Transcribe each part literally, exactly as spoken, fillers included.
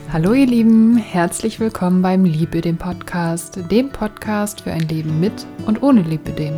Hallo ihr Lieben, herzlich willkommen beim Lipödem Podcast, dem Podcast für ein Leben mit und ohne Lipödem.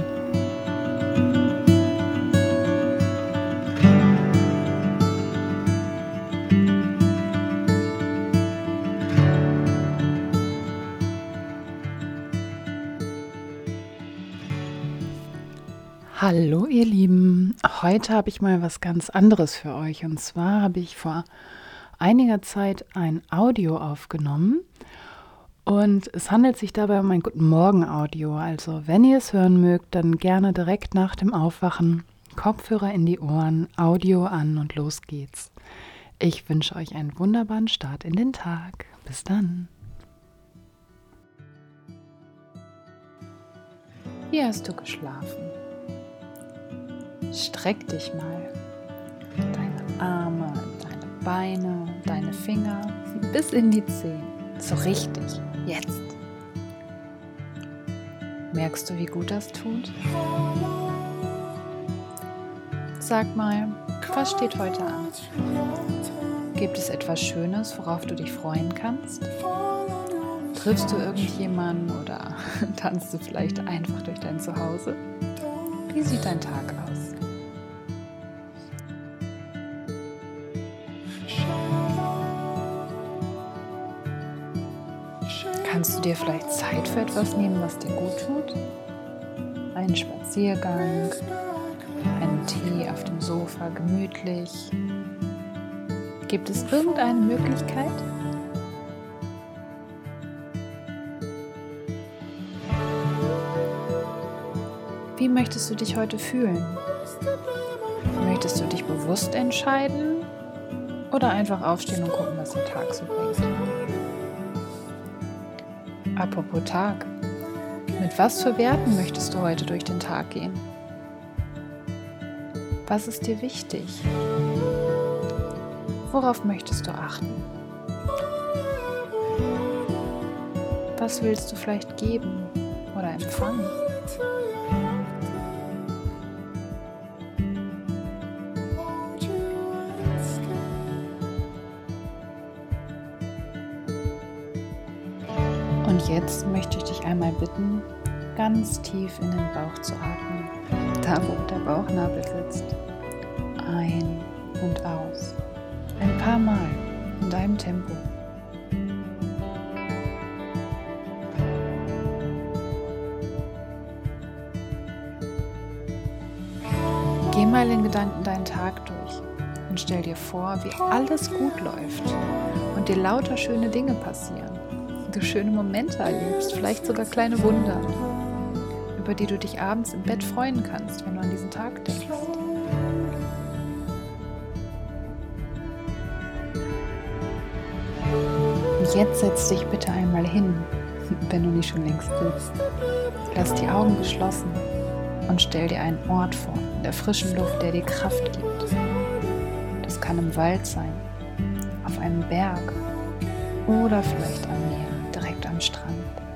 Hallo ihr Lieben, heute habe ich mal was ganz anderes für euch und zwar habe ich vor einiger Zeit ein Audio aufgenommen und es handelt sich dabei um ein Guten Morgen Audio, also wenn ihr es hören mögt, dann gerne direkt nach dem Aufwachen, Kopfhörer in die Ohren, Audio an und los geht's. Ich wünsche euch einen wunderbaren Start in den Tag. Bis dann. Wie hast du geschlafen? Streck dich mal. Deine Arme, deine Beine, deine Finger bis in die Zehen. So richtig. Jetzt. Merkst du, wie gut das tut? Sag mal, was steht heute an? Gibt es etwas Schönes, worauf du dich freuen kannst? Triffst du irgendjemanden oder tanzt du vielleicht einfach durch dein Zuhause? Wie sieht dein Tag aus? Kannst du dir vielleicht Zeit für etwas nehmen, was dir gut tut? Einen Spaziergang, einen Tee auf dem Sofa, gemütlich. Gibt es irgendeine Möglichkeit? Wie möchtest du dich heute fühlen? Möchtest du dich bewusst entscheiden oder einfach aufstehen und gucken, was der Tag so bringt? Apropos Tag, mit was für Werten möchtest du heute durch den Tag gehen? Was ist dir wichtig? Worauf möchtest du achten? Was willst du vielleicht geben oder empfangen? Und jetzt möchte ich dich einmal bitten, ganz tief in den Bauch zu atmen, da wo der Bauchnabel sitzt. Ein und aus. Ein paar Mal in deinem Tempo. Geh mal in Gedanken deinen Tag durch und stell dir vor, wie alles gut läuft und dir lauter schöne Dinge passieren. Du schöne Momente erlebst, vielleicht sogar kleine Wunder, über die du dich abends im Bett freuen kannst, wenn du an diesen Tag denkst. Und jetzt setz dich bitte einmal hin, wenn du nicht schon längst sitzt. Lass die Augen geschlossen und stell dir einen Ort vor, in der frischen Luft, der dir Kraft gibt. Das kann im Wald sein, auf einem Berg oder vielleicht am Meer. Direkt am Strand.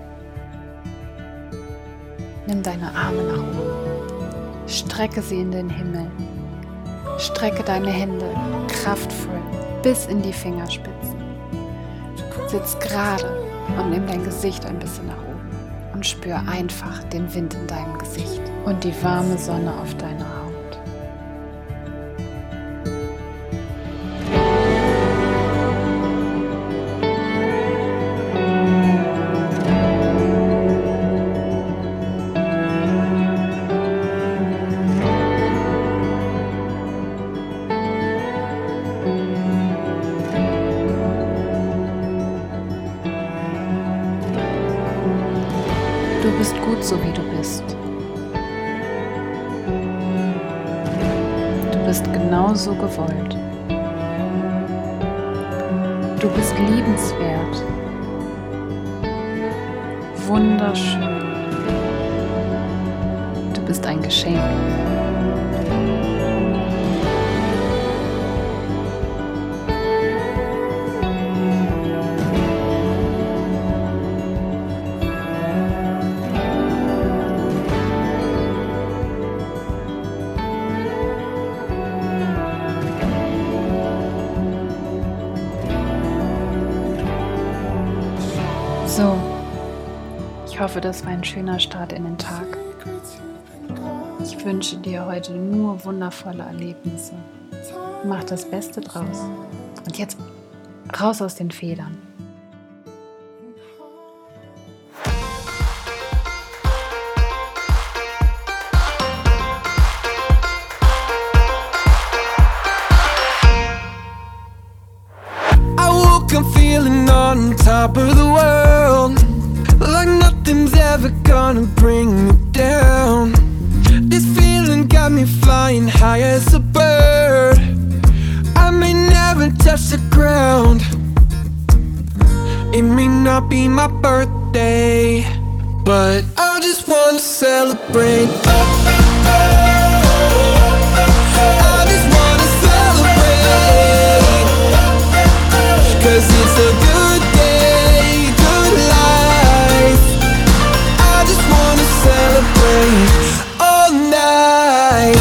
Nimm deine Arme nach oben. Strecke sie in den Himmel. Strecke deine Hände kraftvoll bis in die Fingerspitzen. Sitz gerade und nimm dein Gesicht ein bisschen nach oben und spür einfach den Wind in deinem Gesicht und die warme Sonne auf deiner Haut. Du bist gut, so wie du bist. Du bist genauso gewollt. Du bist liebenswert. Wunderschön. Du bist ein Geschenk. So, ich hoffe, das war ein schöner Start in den Tag. Ich wünsche dir heute nur wundervolle Erlebnisse. Mach das Beste draus. Und jetzt raus aus den Federn. I'm feeling on top of the world, like nothing's ever gonna bring me down. This feeling got me flying high as a bird. I may never touch the ground. It may not be my birthday, but I just wanna celebrate. I just wanna celebrate, 'cause it's a good day, good life. I just wanna celebrate all night.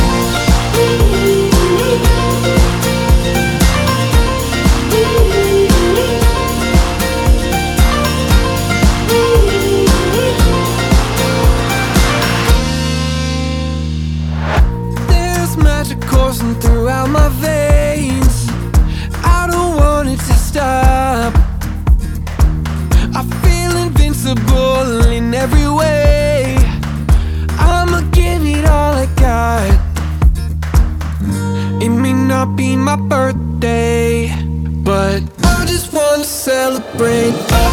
There's magic coursing throughout my veins. I don't want it to stop. I feel invincible in every way. I'ma give it all I got. It may not be my birthday, but I just wanna celebrate.